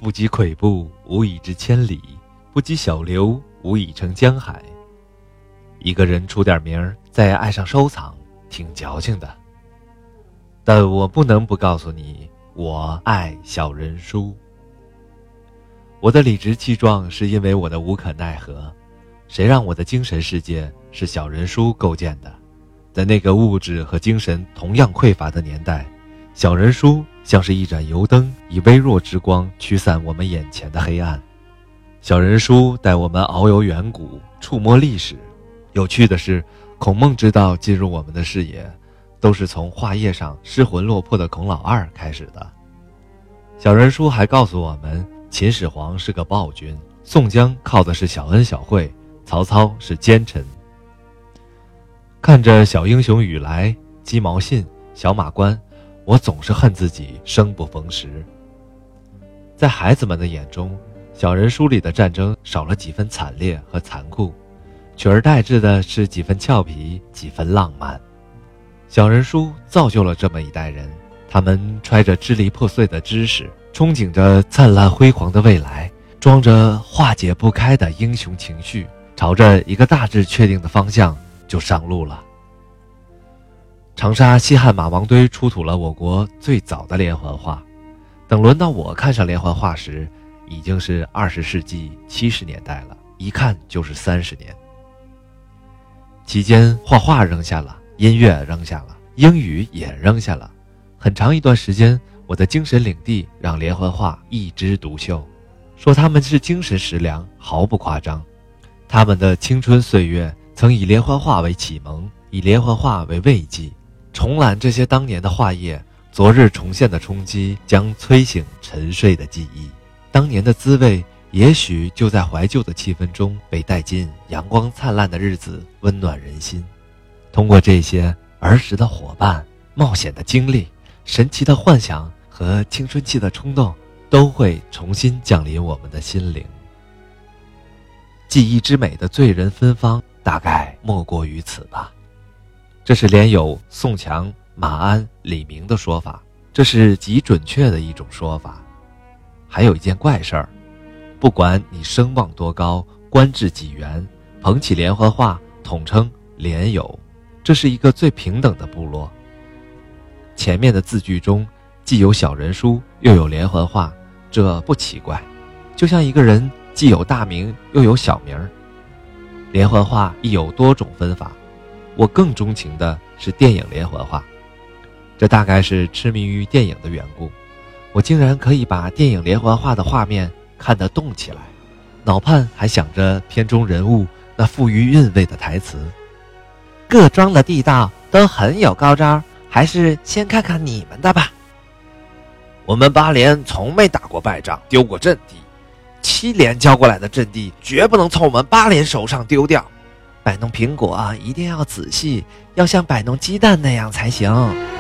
不积跬步，无以至千里；不积小流，无以成江海。一个人出点名，再爱上收藏，挺矫情的。但我不能不告诉你，我爱小人书。我的理直气壮是因为我的无可奈何。谁让我的精神世界是小人书构建的？在那个物质和精神同样匮乏的年代，小人书像是一盏油灯，以微弱之光驱散我们眼前的黑暗。小人书带我们遨游远古，触摸历史。有趣的是，孔孟之道进入我们的视野，都是从画页上失魂落魄的孔老二开始的。小人书还告诉我们，秦始皇是个暴君，宋江靠的是小恩小惠，曹操是奸臣。看着小英雄雨来、鸡毛信、小马关，我总是恨自己生不逢时。在孩子们的眼中，小人书里的战争少了几分惨烈和残酷，取而代之的是几分俏皮，几分浪漫。小人书造就了这么一代人，他们揣着支离破碎的知识，憧憬着灿烂辉煌的未来，装着化解不开的英雄情绪，朝着一个大致确定的方向就上路了。长沙西汉马王堆出土了我国最早的连环画，等轮到我看上连环画时，已经是20世纪70年代了，一看就是30年。期间画画扔下了，音乐扔下了，英语也扔下了，很长一段时间，我的精神领地让连环画一枝独秀，说他们是精神食粮毫不夸张。他们的青春岁月曾以连环画为启蒙，以连环画为慰藉，重览这些当年的画页，昨日重现的冲击将催醒沉睡的记忆。当年的滋味也许就在怀旧的气氛中被带进阳光灿烂的日子，温暖人心。通过这些儿时的伙伴、冒险的经历、神奇的幻想和青春期的冲动，都会重新降临我们的心灵。记忆之美的醉人芬芳，大概莫过于此吧。这是连友宋强、马鞍、李明的说法，这是极准确的一种说法。还有一件怪事儿，不管你声望多高，官至几员，捧起连环画统称连友，这是一个最平等的部落。前面的字句中既有小人书又有连环画，这不奇怪，就像一个人既有大名又有小名。连环画亦有多种分法，我更钟情的是电影连环画，这大概是痴迷于电影的缘故，我竟然可以把电影连环画的画面看得动起来，脑畔还想着片中人物那富于韵味的台词。各庄的地道都很有高招，还是先看看你们的吧。我们8连从没打过败仗，丢过阵地，7连交过来的阵地绝不能从我们8连手上丢掉。摆弄苹果一定要仔细，要像摆弄鸡蛋那样才行。